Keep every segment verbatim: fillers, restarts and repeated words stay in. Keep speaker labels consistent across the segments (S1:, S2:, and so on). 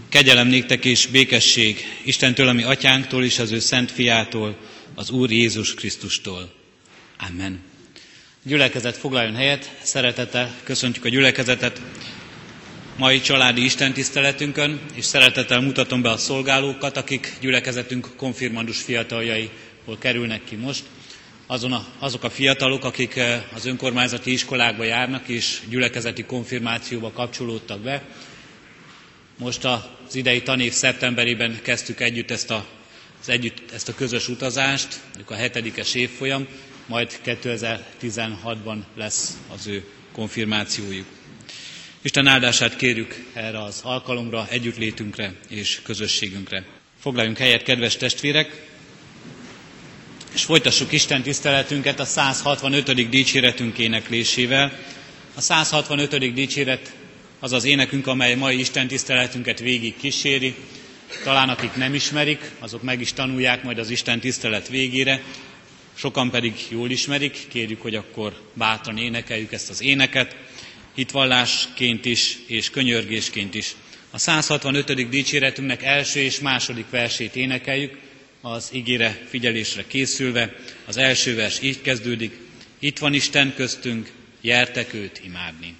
S1: Kegyelem néktek és békesség Istentől, a mi atyánktól és az ő szent fiától, az Úr Jézus Krisztustól. Amen. Gyülekezet, foglaljon helyet, szeretettel köszöntjük a gyülekezetet mai családi istentiszteletünkön, és szeretettel mutatom be a szolgálókat, akik gyülekezetünk konfirmandus fiataljaiból kerülnek ki most. Azon a, azok a fiatalok, akik az önkormányzati iskolákba járnak és gyülekezeti konfirmációba kapcsolódtak be. Most az idei tanév szeptemberében kezdtük együtt ezt a, az együtt, ezt a közös utazást, a hetedikes évfolyam, majd kétezer-tizenhatban lesz az ő konfirmációjuk. Isten áldását kérjük erre az alkalomra, együttlétünkre és közösségünkre. Foglaljunk helyet, kedves testvérek, és folytassuk Isten tiszteletünket a száz hatvanötödik dicséretünk éneklésével. A száz hatvanötödik dicséret az az énekünk, amely mai Isten tiszteletünket végig kíséri. Talán akik nem ismerik, azok meg is tanulják majd az Isten tisztelet végére. Sokan pedig jól ismerik, kérjük, hogy akkor bátran énekeljük ezt az éneket, hitvallásként is és könyörgésként is. A száz hatvanötödik dicséretünknek első és második versét énekeljük, az igére figyelésre készülve. Az első vers így kezdődik: itt van Isten köztünk, gyertek őt imádni.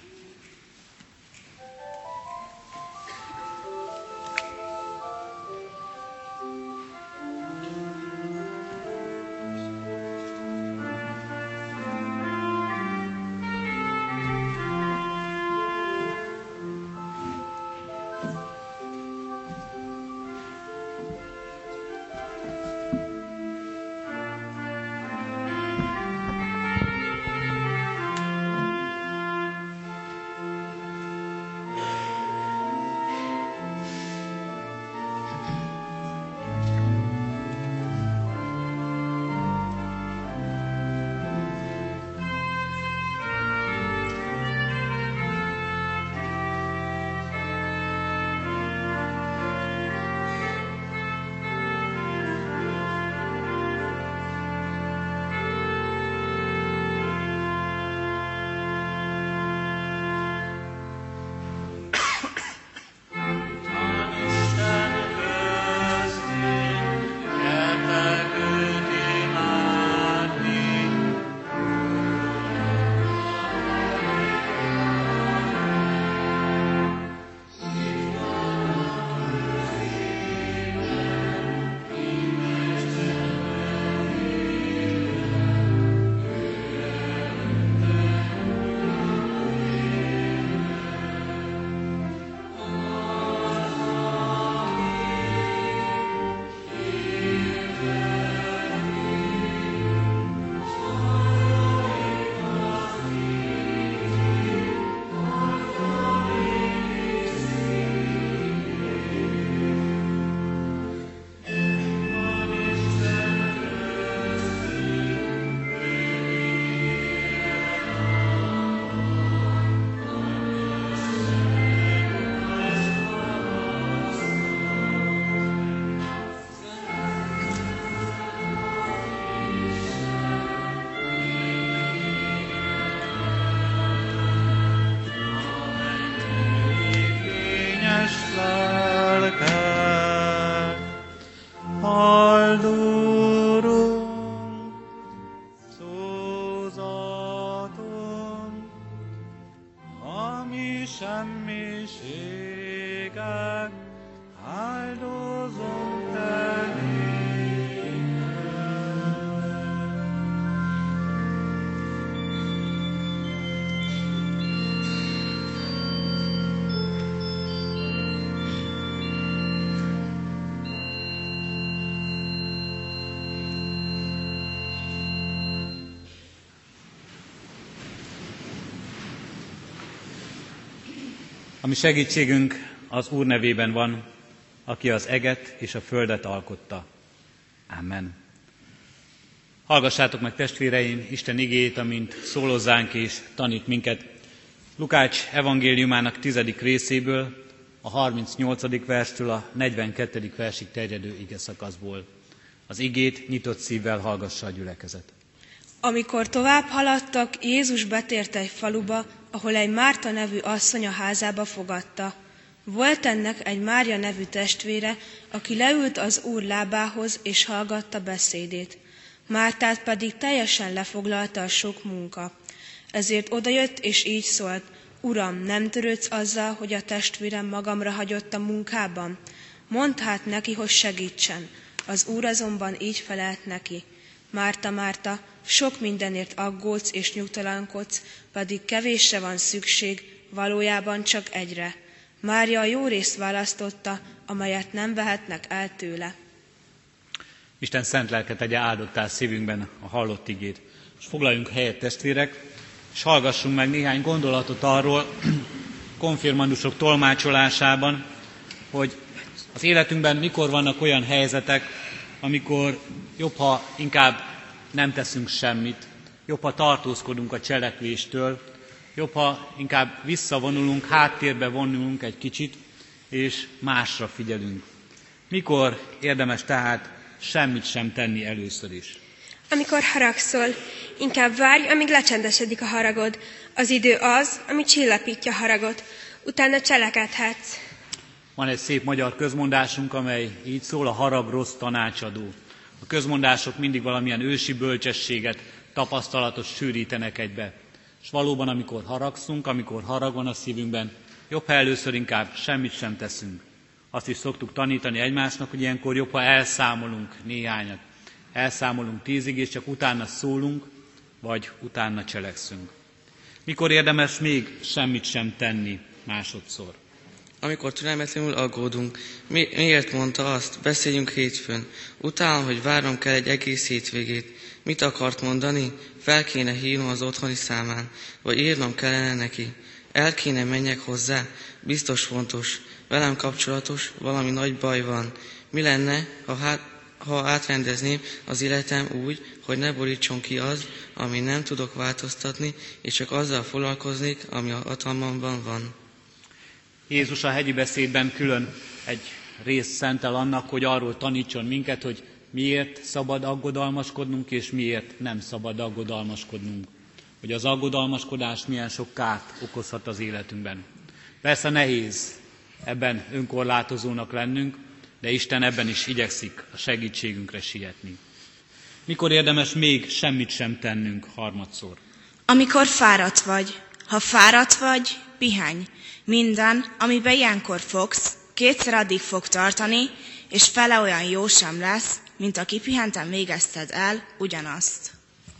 S1: A mi segítségünk az Úr nevében van, aki az eget és a földet alkotta. Amen. Hallgassátok meg, testvéreim, Isten igéjét, amint szólozzánk és tanít minket. Lukács evangéliumának tizedik részéből, a harmincnyolcadik verstől a negyvenkettedik versig terjedő igeszakaszból. Az igét nyitott szívvel hallgassa a gyülekezet.
S2: Amikor tovább haladtak, Jézus betért egy faluba, ahol egy Márta nevű asszony a házába fogadta. Volt ennek egy Mária nevű testvére, aki leült az Úr lábához és hallgatta beszédét. Mártát pedig teljesen lefoglalta a sok munka. Ezért odajött és így szólt: Uram, nem törődsz azzal, hogy a testvérem magamra hagyott a munkában? Mondd hát neki, hogy segítsen. Az Úr azonban így felelt neki: Márta, Márta, sok mindenért aggódsz és nyugtalankodsz, pedig kevésre van szükség, valójában csak egyre. Mária a jó részt választotta, amelyet nem vehetnek el tőle.
S1: Isten szent lelke tegye áldottá szívünkben a hallott igét. És foglaljunk helyet, testvérek, és hallgassunk meg néhány gondolatot arról konfirmandusok tolmácsolásában, hogy az életünkben mikor vannak olyan helyzetek, amikor jobb, ha inkább nem teszünk semmit, jobb, ha tartózkodunk a cselekvéstől, jobb, ha inkább visszavonulunk, háttérbe vonulunk egy kicsit, és másra figyelünk. Mikor érdemes tehát semmit sem tenni először is?
S3: Amikor haragszol, inkább várj, amíg lecsendesedik a haragod. Az idő az, ami csillapítja a haragot. Utána cselekedhetsz.
S1: Van egy szép magyar közmondásunk, amely így szól: a harag rossz tanácsadó. A közmondások mindig valamilyen ősi bölcsességet, tapasztalatot sűrítenek egybe. És valóban, amikor haragszunk, amikor harag van a szívünkben, jobb, ha először inkább semmit sem teszünk. Azt is szoktuk tanítani egymásnak, hogy ilyenkor jobb, ha elszámolunk néhányat. Elszámolunk tízig, és csak utána szólunk, vagy utána cselekszünk. Mikor érdemes még semmit sem tenni másodszor?
S4: Amikor türelmetlenül aggódunk. Mi, miért mondta azt? Beszéljünk hétfőn. Utána, hogy várnom kell egy egész hétvégét. Mit akart mondani? Fel kéne hívnom az otthoni számán, vagy írnom kellene neki. El kéne menjek hozzá? Biztos fontos. Velem kapcsolatos, valami nagy baj van. Mi lenne, ha, hát, ha átrendezném az életem úgy, hogy ne borítson ki az, ami nem tudok változtatni, és csak azzal foglalkoznék, ami a hatalmamban van.
S1: Jézus a hegyi beszédben külön egy részt szentel annak, hogy arról tanítson minket, hogy miért szabad aggodalmaskodnunk, és miért nem szabad aggodalmaskodnunk. Hogy az aggodalmaskodás milyen sok kárt okozhat az életünkben. Persze nehéz ebben önkorlátozónak lennünk, de Isten ebben is igyekszik a segítségünkre sietni. Mikor érdemes még semmit sem tennünk harmadszor?
S5: Amikor fáradt vagy. Ha fáradt vagy, pihenj. Minden, amiben ilyenkor fogsz, kétszer addig fog tartani, és fele olyan jó sem lesz, mint aki pihenten végezted el ugyanazt.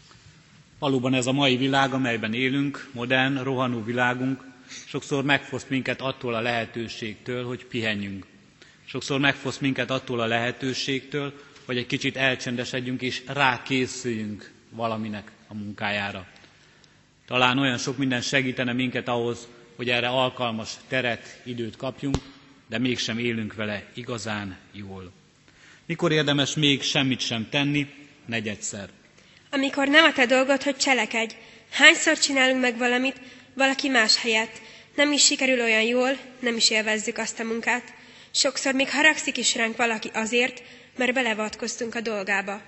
S1: Valóban ez a mai világ, amelyben élünk, modern, rohanó világunk, sokszor megfoszt minket attól a lehetőségtől, hogy pihenjünk. Sokszor megfoszt minket attól a lehetőségtől, hogy egy kicsit elcsendesedjünk és rákészüljünk valaminek a munkájára. Talán olyan sok minden segítene minket ahhoz, hogy erre alkalmas teret, időt kapjunk, de mégsem élünk vele igazán jól. Mikor érdemes még semmit sem tenni? Negyedszer.
S3: Amikor nem a te dolgod, hogy cselekedj. Hányszor csinálunk meg valamit valaki más helyett? Nem is sikerül olyan jól, nem is élvezzük azt a munkát. Sokszor még haragszik is ránk valaki azért, mert beleavatkoztunk a dolgába.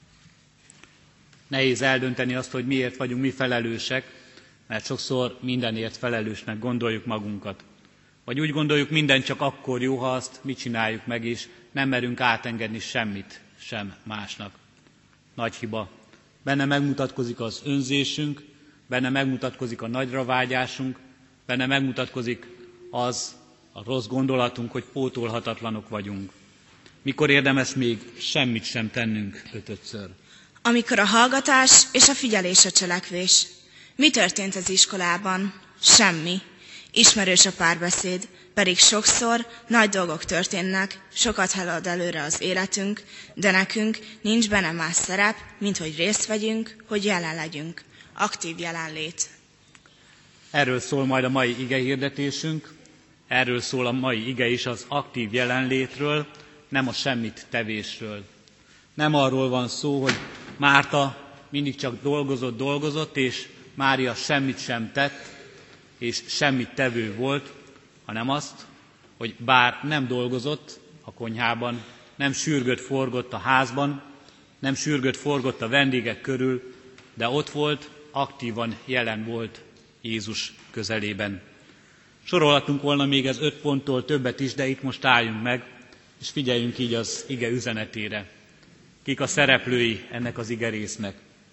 S1: Nehéz eldönteni azt, hogy miért vagyunk mi felelősek, mert sokszor mindenért felelősnek gondoljuk magunkat. Vagy úgy gondoljuk, minden csak akkor jó, ha azt mi csináljuk meg, és nem merünk átengedni semmit sem másnak. Nagy hiba. Benne megmutatkozik az önzésünk, benne megmutatkozik a nagyra vágyásunk, benne megmutatkozik az a rossz gondolatunk, hogy pótolhatatlanok vagyunk. Mikor érdemes még semmit sem tennünk ötödször?
S5: Amikor a hallgatás és a figyelés a cselekvés. Mi történt az iskolában? Semmi. Ismerős a párbeszéd, pedig sokszor nagy dolgok történnek, sokat halad előre az életünk, de nekünk nincs benne más szerep, mint hogy részt vegyünk, hogy jelen legyünk. Aktív jelenlét.
S1: Erről szól majd a mai igehirdetésünk, erről szól a mai ige is, az aktív jelenlétről, nem a semmit tevésről. Nem arról van szó, hogy Márta mindig csak dolgozott, dolgozott, és Mária semmit sem tett, és semmit tevő volt, hanem azt, hogy bár nem dolgozott a konyhában, nem sürgött, forgott a házban, nem sürgött, forgott a vendégek körül, de ott volt, aktívan jelen volt Jézus közelében. Sorolhatunk volna még ez öt ponttól többet is, de itt most álljunk meg, és figyeljünk így az ige üzenetére. Kik a szereplői ennek az ige résznek?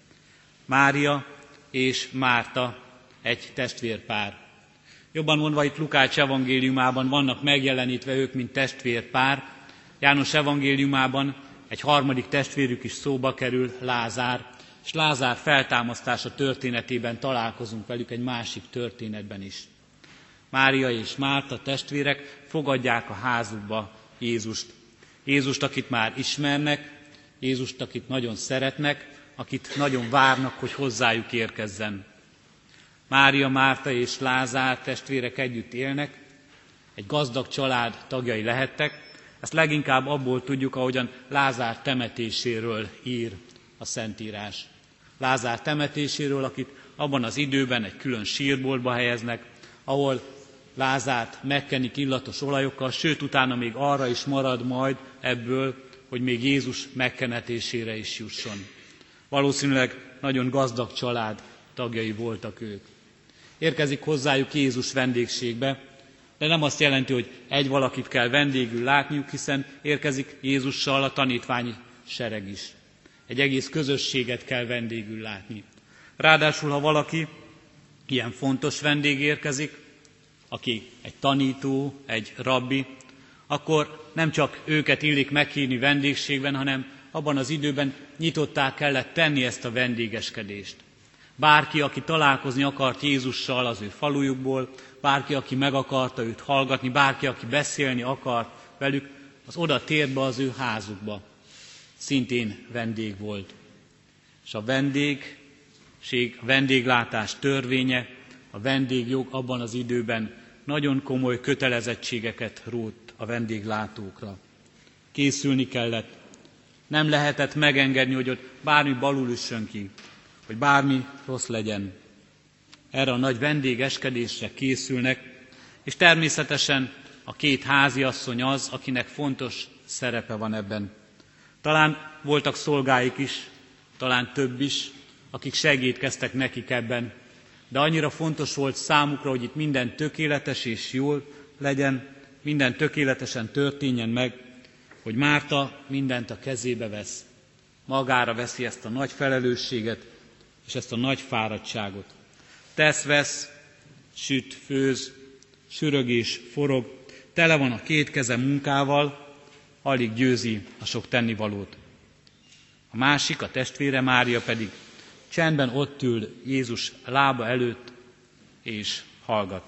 S1: Mária és Márta, egy testvérpár. Jobban mondva, itt Lukács evangéliumában vannak megjelenítve ők, mint testvérpár. János evangéliumában egy harmadik testvérük is szóba kerül, Lázár, és Lázár feltámasztása történetében találkozunk velük egy másik történetben is. Mária és Márta testvérek fogadják a házukba Jézust. Jézust, akit már ismernek, Jézust, akit nagyon szeretnek, akit nagyon várnak, hogy hozzájuk érkezzen. Mária, Márta és Lázár testvérek együtt élnek, egy gazdag család tagjai lehettek. Ezt leginkább abból tudjuk, ahogyan Lázár temetéséről ír a Szentírás. Lázár temetéséről, akit abban az időben egy külön sírboltba helyeznek, ahol Lázárt megkenik illatos olajokkal, sőt, utána még arra is marad majd ebből, hogy még Jézus megkenetésére is jusson. Valószínűleg nagyon gazdag család tagjai voltak ők. Érkezik hozzájuk Jézus vendégségbe, de nem azt jelenti, hogy egy valakit kell vendégül látniuk, hiszen érkezik Jézussal a tanítványi sereg is. Egy egész közösséget kell vendégül látni. Ráadásul, ha valaki ilyen fontos vendég érkezik, aki egy tanító, egy rabbi, akkor nem csak őket illik meghívni vendégségben, hanem abban az időben nyitottá kellett tenni ezt a vendégeskedést. Bárki, aki találkozni akart Jézussal az ő falujukból, bárki, aki meg akarta őt hallgatni, bárki, aki beszélni akart velük, az oda tért be az ő házukba. Szintén vendég volt. És a vendégség, a vendéglátás törvénye, a vendégjog abban az időben nagyon komoly kötelezettségeket rótt a vendéglátókra. Készülni kellett. Nem lehetett megengedni, hogy ott bármi balul üssön ki, hogy bármi rossz legyen. Erre a nagy vendégeskedésre készülnek, és természetesen a két háziasszony az, akinek fontos szerepe van ebben. Talán voltak szolgáik is, talán több is, akik segítkeztek nekik ebben, de annyira fontos volt számukra, hogy itt minden tökéletes és jól legyen, minden tökéletesen történjen meg, hogy Márta mindent a kezébe vesz. Magára veszi ezt a nagy felelősséget és ezt a nagy fáradtságot. Tesz, vesz, süt, főz, sürög és forog, tele van a két keze munkával, alig győzi a sok tennivalót. A másik, a testvére Mária pedig csendben ott ül Jézus lába előtt, és hallgat.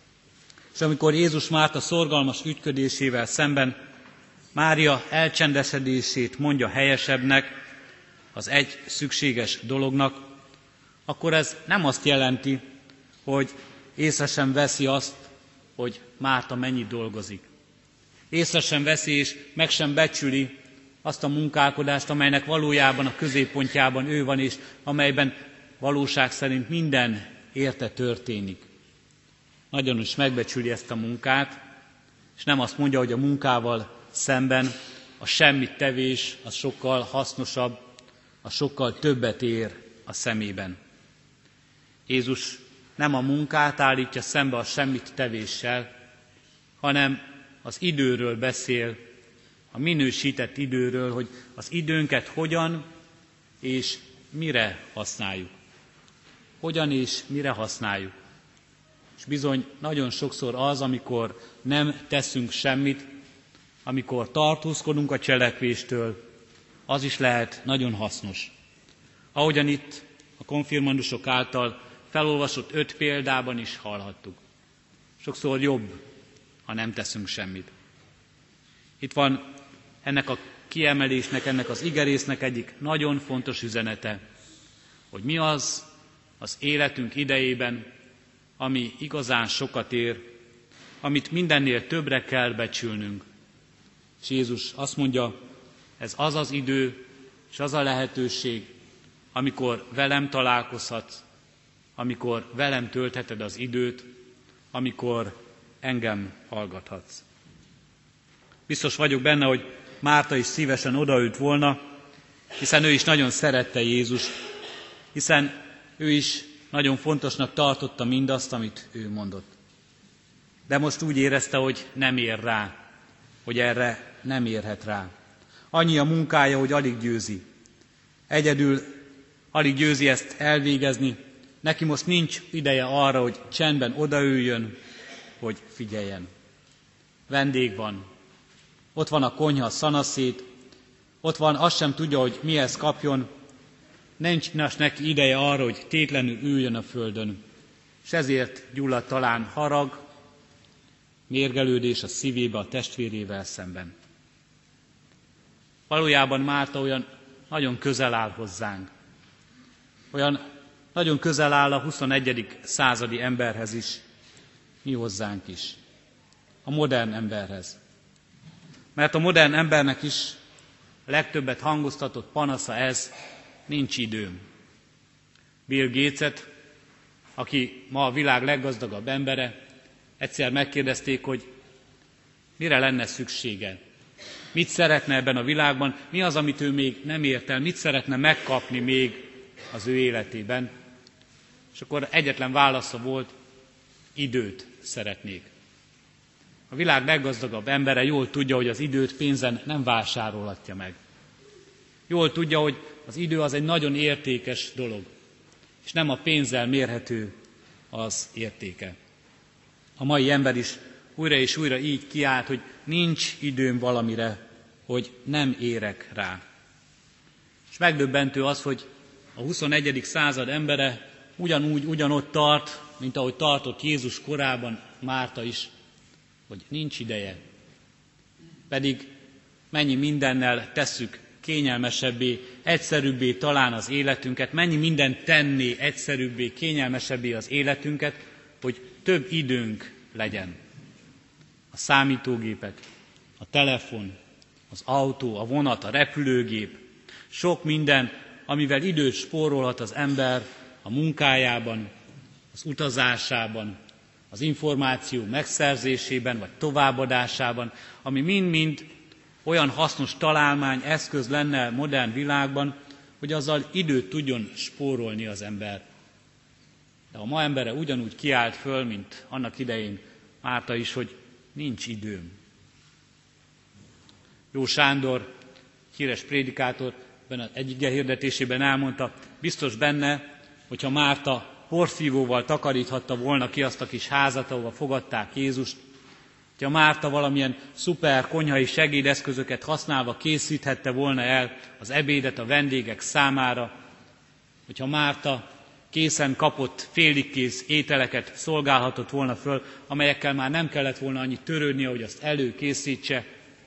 S1: És amikor Jézus Márta szorgalmas ügyködésével szemben Mária elcsendesedését mondja helyesebbnek, az egy szükséges dolognak, akkor ez nem azt jelenti, hogy észre sem veszi azt, hogy Márta mennyit dolgozik. Észre sem veszi és meg sem becsüli azt a munkálkodást, amelynek valójában a középpontjában ő van, és amelyben valóság szerint minden érte történik. Nagyon is megbecsüli ezt a munkát, és nem azt mondja, hogy a munkával szemben a semmit tevés az sokkal hasznosabb, az sokkal többet ér a szemében. Jézus nem a munkát állítja szembe a semmit tevéssel, hanem az időről beszél, a minősített időről, hogy az időnket hogyan és mire használjuk. Hogyan és mire használjuk. És bizony nagyon sokszor az, amikor nem teszünk semmit, amikor tartózkodunk a cselekvéstől, az is lehet nagyon hasznos. Ahogyan itt a konfirmandusok által felolvasott öt példában is hallhattuk. Sokszor jobb, ha nem teszünk semmit. Itt van ennek a kiemelésnek, ennek az igerésznek egyik nagyon fontos üzenete, hogy mi az az életünk idejében, ami igazán sokat ér, amit mindennél többre kell becsülnünk. És Jézus azt mondja, ez az az idő, és az a lehetőség, amikor velem találkozhatsz, amikor velem töltheted az időt, amikor engem hallgathatsz. Biztos vagyok benne, hogy Márta is szívesen odaült volna, hiszen ő is nagyon szerette Jézust, hiszen ő is nagyon fontosnak tartotta mindazt, amit ő mondott. de most úgy érezte, hogy nem ér rá, hogy erre nem érhet rá. Annyi a munkája, hogy alig győzi. Egyedül alig győzi ezt elvégezni, neki most nincs ideje arra, hogy csendben odaüljön, hogy figyeljen. Vendég van, ott van a konyha szanaszét, ott van, azt sem tudja, hogy mihez kapjon, nincs neki ideje arra, hogy tétlenül üljön a földön, és ezért gyullad talán harag, mérgelődés a szívébe a testvérével szemben. Valójában Márta olyan nagyon közel áll hozzánk, olyan nagyon közel áll a huszonegyedik századi emberhez is, mi hozzánk is, a modern emberhez. Mert a modern embernek is a legtöbbet hangoztatott panasza ez, nincs időm. Bill Gateset, aki ma a világ leggazdagabb embere, egyszer megkérdezték, hogy mire lenne szüksége, mit szeretne ebben a világban, mi az, amit ő még nem ért el, mit szeretne megkapni még az ő életében. És akkor egyetlen válasza volt, időt szeretnék. A világ leggazdagabb embere jól tudja, hogy az időt pénzen nem vásárolhatja meg. Jól tudja, hogy az idő az egy nagyon értékes dolog, és nem a pénzzel mérhető az értéke. A mai ember is újra és újra így kiált, hogy nincs időm valamire, hogy nem érek rá. És megdöbbentő az, hogy a huszonegyedik század embere ugyanúgy, ugyanott tart, mint ahogy tartott Jézus korában Márta is, hogy nincs ideje. Pedig mennyi mindennel tesszük kényelmesebbé, egyszerűbbé talán az életünket, mennyi mindent tenné egyszerűbbé, kényelmesebbé az életünket, hogy több időnk legyen. A számítógépek, a telefon, az autó, a vonat, a repülőgép, sok minden, amivel időt spórolhat az ember a munkájában, az utazásában, az információ megszerzésében vagy továbbadásában, ami mind-mind olyan hasznos találmány, eszköz lenne a modern világban, hogy azzal időt tudjon spórolni az ember. De a ma embere ugyanúgy kiállt föl, mint annak idején Márta is, hogy nincs időm. Jó Sándor, híres prédikátor, egy ige hirdetésében elmondta, biztos benne, hogyha Márta porszívóval takaríthatta volna ki azt a kis házat, ahova fogadták Jézust, hogyha Márta valamilyen szuper konyhai segédeszközöket használva készíthette volna el az ebédet a vendégek számára, hogyha Márta készen kapott, félig kész ételeket szolgálhatott volna föl, amelyekkel már nem kellett volna annyit törődnie, hogy azt előkészítse,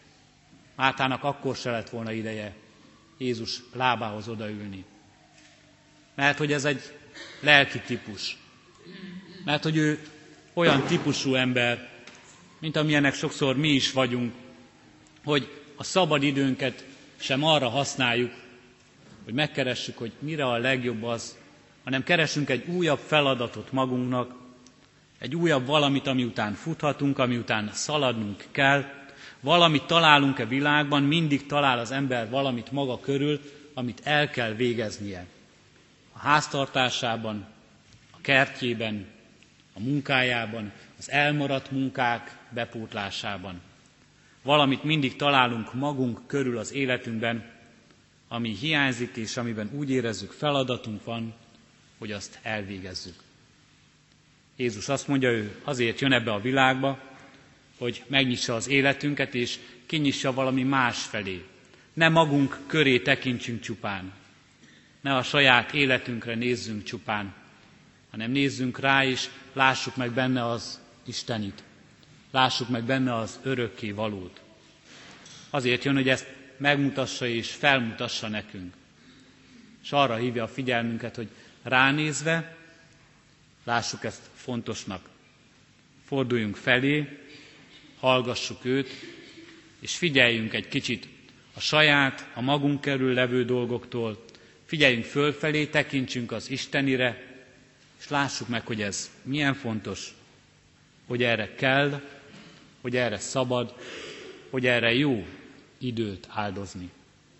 S1: Mártának akkor se lett volna ideje Jézus lábához odaülni. Mert hogy ez egy lelki típus. Mert hogy ő olyan típusú ember, mint amilyenek sokszor mi is vagyunk, hogy a szabad időnket sem arra használjuk, hogy megkeressük, hogy mire a legjobb az, hanem keresünk egy újabb feladatot magunknak, egy újabb valamit, ami után futhatunk, ami után szaladnunk kell, valamit találunk-e világban, mindig talál az ember valamit maga körül, amit el kell végeznie. A háztartásában, a kertjében, a munkájában, az elmaradt munkák bepótlásában. Valamit mindig találunk magunk körül az életünkben, ami hiányzik, és amiben úgy érezzük, feladatunk van, hogy azt elvégezzük. Jézus azt mondja, ő azért jön ebbe a világba, hogy megnyissa az életünket, és kinyissa valami más felé. Ne magunk köré tekintsünk csupán, ne a saját életünkre nézzünk csupán, hanem nézzünk rá, és lássuk meg benne az Istenit. Lássuk meg benne az örökké valót. Azért jön, hogy ezt megmutassa és felmutassa nekünk. És arra hívja a figyelmünket, hogy ránézve lássuk ezt fontosnak. Forduljunk felé, hallgassuk őt, és figyeljünk egy kicsit a saját, a magunk körül levő dolgoktól, figyeljünk fölfelé, tekintsünk az Istenire, és lássuk meg, hogy ez milyen fontos, hogy erre kell, hogy erre szabad, hogy erre jó időt áldozni.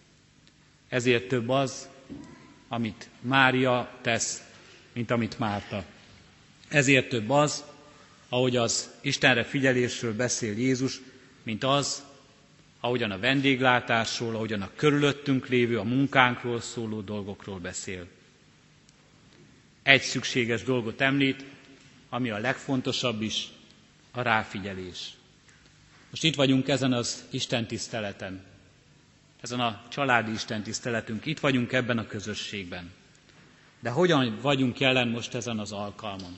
S1: Ezért több az, amit Mária tesz, mint amit Márta. Ezért több az, ahogy az Istenre figyelésről beszél Jézus, mint az, ahogyan a vendéglátásról, ahogyan a körülöttünk lévő, a munkánkról szóló dolgokról beszél. Egy szükséges dolgot említ, ami a legfontosabb is, a ráfigyelés. Most itt vagyunk ezen az istentiszteleten, ezen a családi istentiszteletünk, itt vagyunk ebben a közösségben. De hogyan vagyunk jelen most ezen az alkalmon?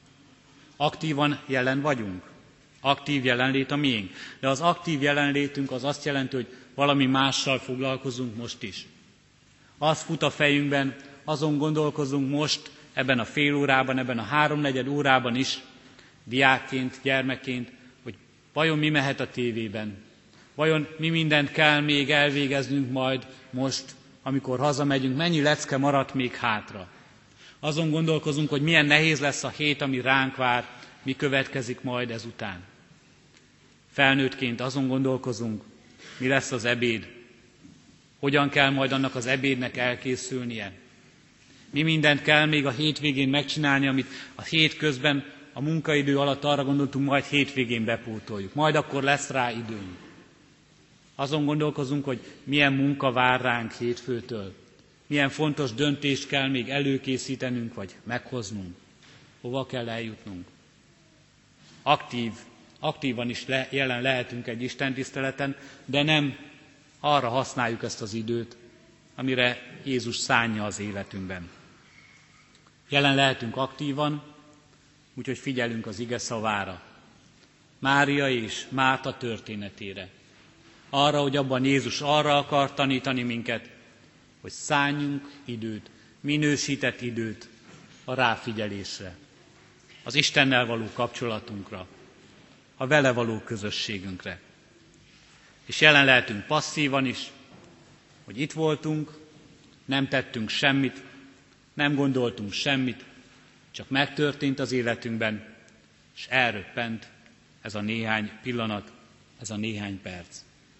S1: Aktívan jelen vagyunk? Aktív jelenlét a miénk. De az aktív jelenlétünk az azt jelenti, hogy valami mással foglalkozunk most is. Az fut a fejünkben, azon gondolkozunk most, ebben a fél órában, ebben a háromnegyed órában is, diákként, gyermekként, hogy vajon mi mehet a tévében, vajon mi mindent kell még elvégeznünk majd most, amikor hazamegyünk, mennyi lecke maradt még hátra. Azon gondolkozunk, hogy milyen nehéz lesz a hét, ami ránk vár, mi következik majd ezután. Felnőttként azon gondolkozunk, mi lesz az ebéd, hogyan kell majd annak az ebédnek elkészülnie. Mi mindent kell még a hétvégén megcsinálni, amit a hét közben, a munkaidő alatt arra gondoltunk, majd hétvégén bepótoljuk. Majd akkor lesz rá időnk. Azon gondolkozunk, hogy milyen munka vár ránk hétfőtől. Milyen fontos döntést kell még előkészítenünk, vagy meghoznunk. Hova kell eljutnunk. Aktív, aktívan is le, jelen lehetünk egy istentiszteleten, de nem arra használjuk ezt az időt, amire Jézus szánja az életünkben. Jelen lehetünk aktívan, úgyhogy figyelünk az ige szavára. Mária és Márta történetére. Arra, hogy abban Jézus arra akar tanítani minket, hogy szálljunk időt, minősített időt a ráfigyelésre, az Istennel való kapcsolatunkra, a vele való közösségünkre. És jelen lehetünk passzívan is, hogy itt voltunk, nem tettünk semmit, nem gondoltunk semmit, csak megtörtént az életünkben, és elröppent ez a néhány pillanat, ez a néhány perc.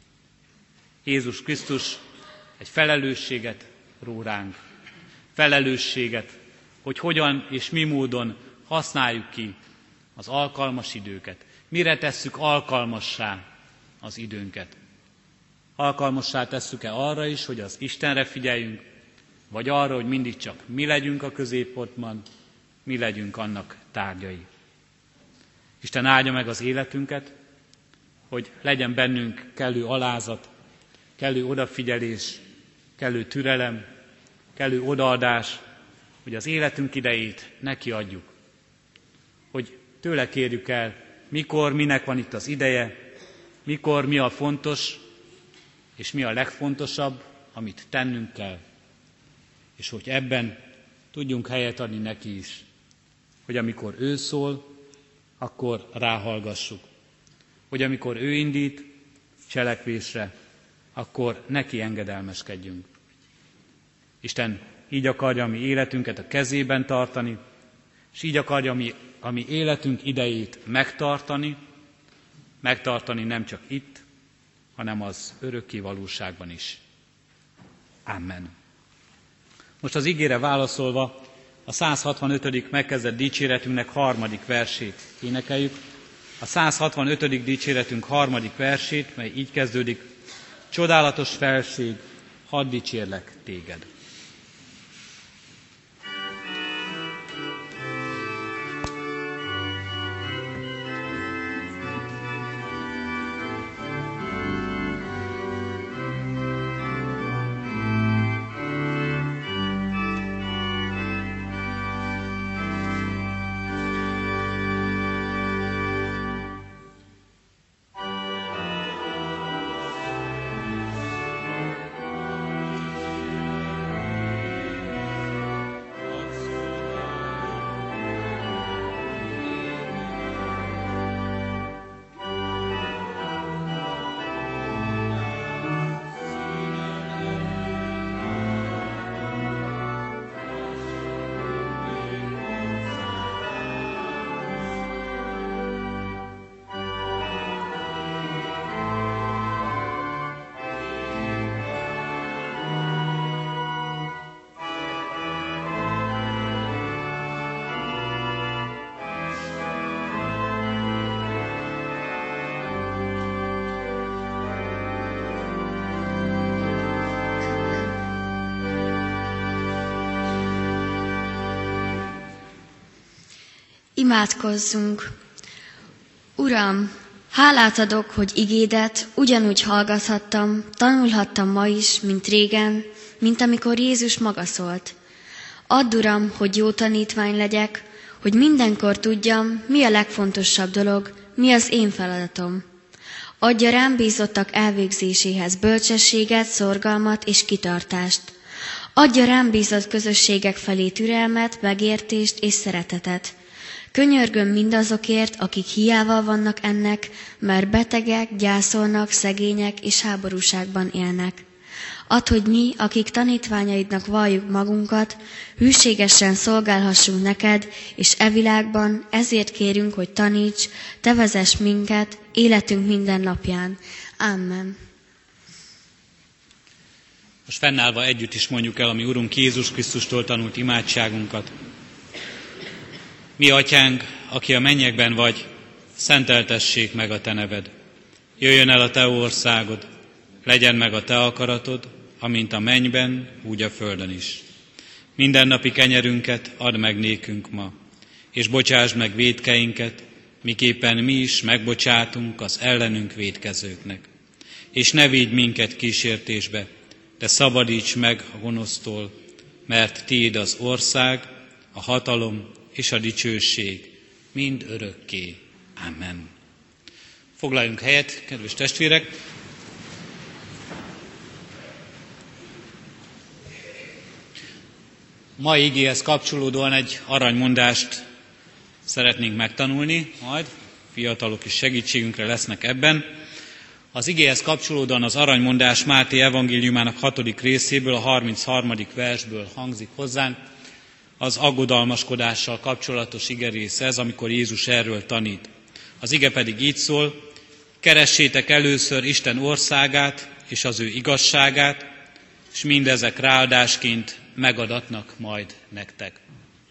S1: Jézus Krisztus egy felelősséget ró ránk. Felelősséget, hogy hogyan és mi módon használjuk ki az alkalmas időket. Mire tesszük alkalmassá az időnket. Alkalmassá tesszük-e arra is, hogy az Istenre figyeljünk, vagy arra, hogy mindig csak mi legyünk a középpontban, mi legyünk annak tárgyai. Isten áldja meg az életünket, hogy legyen bennünk kellő alázat, kellő odafigyelés, kellő türelem, kellő odaadás, hogy az életünk idejét neki adjuk. Hogy tőle kérjük el, mikor, minek van itt az ideje, mikor, mi a fontos, és mi a legfontosabb, amit tennünk kell. És hogy ebben tudjunk helyet adni neki is. Hogy amikor ő szól, akkor ráhallgassuk. Hogy amikor ő indít cselekvésre, akkor neki engedelmeskedjünk. Isten így akarja a mi életünket a kezében tartani, és így akarja a mi, a mi életünk idejét megtartani, megtartani nem csak itt, hanem az örökké valóságban is. Amen. Most az igére válaszolva a száz hatvanötödik megkezdett dicséretünknek harmadik versét énekeljük. A száz hatvanötödik dicséretünk harmadik versét, mely így kezdődik: Csodálatos felség, hadd dicsérlek téged.
S6: Imádkozzunk! Uram, hálát adok, hogy igédet ugyanúgy hallgathattam, tanulhattam ma is, mint régen, mint amikor Jézus maga szólt. Add, Uram, hogy jó tanítvány legyek, hogy mindenkor tudjam, mi a legfontosabb dolog, mi az én feladatom. Adja rám bízottak elvégzéséhez bölcsességet, szorgalmat és kitartást. Adja rám bízott közösségek felé türelmet, megértést és szeretetet. Könyörgöm mindazokért, akik hiával vannak ennek, mert betegek, gyászolnak, szegények és háborúságban élnek. Add, hogy mi, akik tanítványaidnak valljuk magunkat, hűségesen szolgálhassunk neked, és e világban ezért kérünk, hogy taníts, te vezess minket életünk minden napján. Amen.
S1: Most fennállva együtt is mondjuk el a mi Urunk Jézus Krisztustól tanult imádságunkat. Mi atyánk, aki a mennyekben vagy, szenteltessék meg a te neved. Jöjjön el a te országod, legyen meg a te akaratod, amint a mennyben, úgy a földön is. Mindennapi kenyerünket add meg nékünk ma, és bocsásd meg vétkeinket, miképpen mi is megbocsátunk az ellenünk vétkezőknek. És ne vigy minket kísértésbe, de szabadíts meg a gonosztól, mert tiéd az ország, a hatalom és a dicsőség mind örökké. Amen. Foglaljunk helyet, kedves testvérek! Mai igéhez kapcsolódóan egy aranymondást szeretnénk megtanulni, majd fiatalok is segítségünkre lesznek ebben. Az igéhez kapcsolódóan az aranymondás Máté evangéliumának hatodik részéből, a harmincharmadik versből hangzik hozzánk. Az aggodalmaskodással kapcsolatos igerész ez, amikor Jézus erről tanít. Az ige pedig így szól: keressétek először Isten országát és az ő igazságát, és mindezek ráadásként megadatnak majd nektek.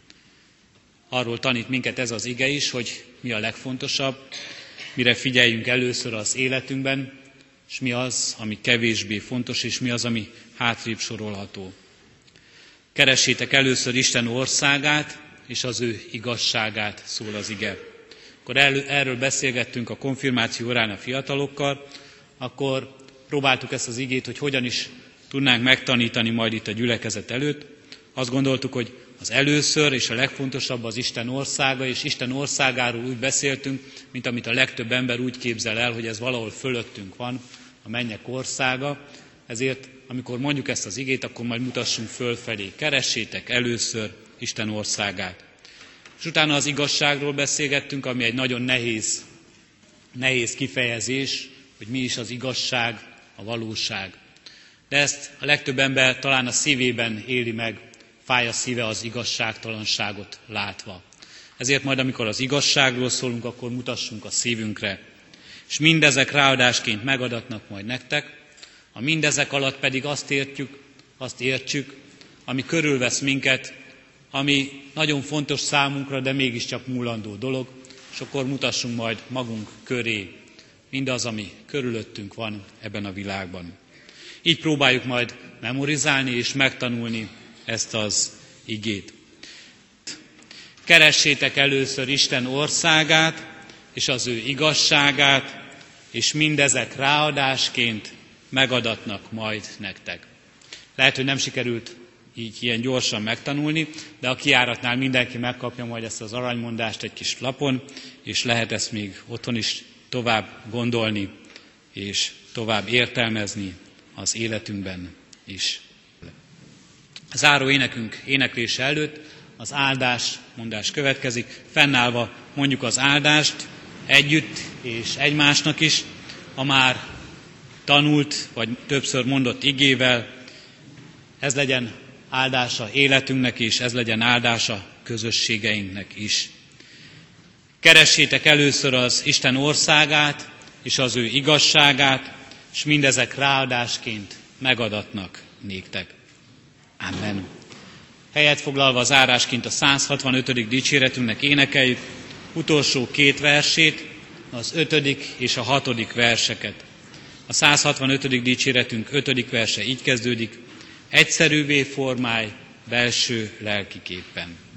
S1: Arról tanít minket ez az ige is, hogy mi a legfontosabb, mire figyeljünk először az életünkben, és mi az, ami kevésbé fontos, és mi az, ami hátrébb sorolható. Keressétek először Isten országát, és az ő igazságát, szól az ige. Akkor erről beszélgettünk a konfirmáció órán a fiatalokkal, akkor próbáltuk ezt az igét, hogy hogyan is tudnánk megtanítani majd itt a gyülekezet előtt. Azt gondoltuk, hogy az először és a legfontosabb az Isten országa, és Isten országáról úgy beszéltünk, mint amit a legtöbb ember úgy képzel el, hogy ez valahol fölöttünk van, a mennyek országa. Ezért, amikor mondjuk ezt az igét, akkor majd mutassunk fölfelé. Keressétek először Isten országát. És utána az igazságról beszélgettünk, ami egy nagyon nehéz, nehéz kifejezés, hogy mi is az igazság, a valóság. De ezt a legtöbb ember talán a szívében éli meg, fáj a szíve az igazságtalanságot látva. Ezért majd, amikor az igazságról szólunk, akkor mutassunk a szívünkre. És mindezek ráadásként megadatnak majd nektek, a mindezek alatt pedig azt értjük, azt értsük, ami körülvesz minket, ami nagyon fontos számunkra, de mégiscsak múlandó dolog, és akkor mutassunk majd magunk köré mindaz, ami körülöttünk van ebben a világban. Így próbáljuk majd memorizálni és megtanulni ezt az igét. Keressétek először Isten országát és az ő igazságát, és mindezek ráadásként megadatnak majd nektek. Lehet, hogy nem sikerült így ilyen gyorsan megtanulni, de a kijáratnál mindenki megkapja majd ezt az aranymondást egy kis lapon, és lehet ezt még otthon is tovább gondolni, és tovább értelmezni az életünkben is. A záró énekünk éneklése előtt az áldás mondás következik. Fennállva mondjuk az áldást együtt és egymásnak is, a már tanult vagy többször mondott igével. Ez legyen áldása életünknek is, ez legyen áldása közösségeinknek is. Keressétek először az Isten országát és az ő igazságát, és mindezek ráadásként megadatnak néktek. Amen. Helyet foglalva az árásként a száz hatvanötödik dicséretünknek énekeljük utolsó két versét, az ötödik és a hatodik verseket. A száz hatvanötödik dicséretünk ötödik verse így kezdődik: egyszerűvé formálj belső lelkiképpen.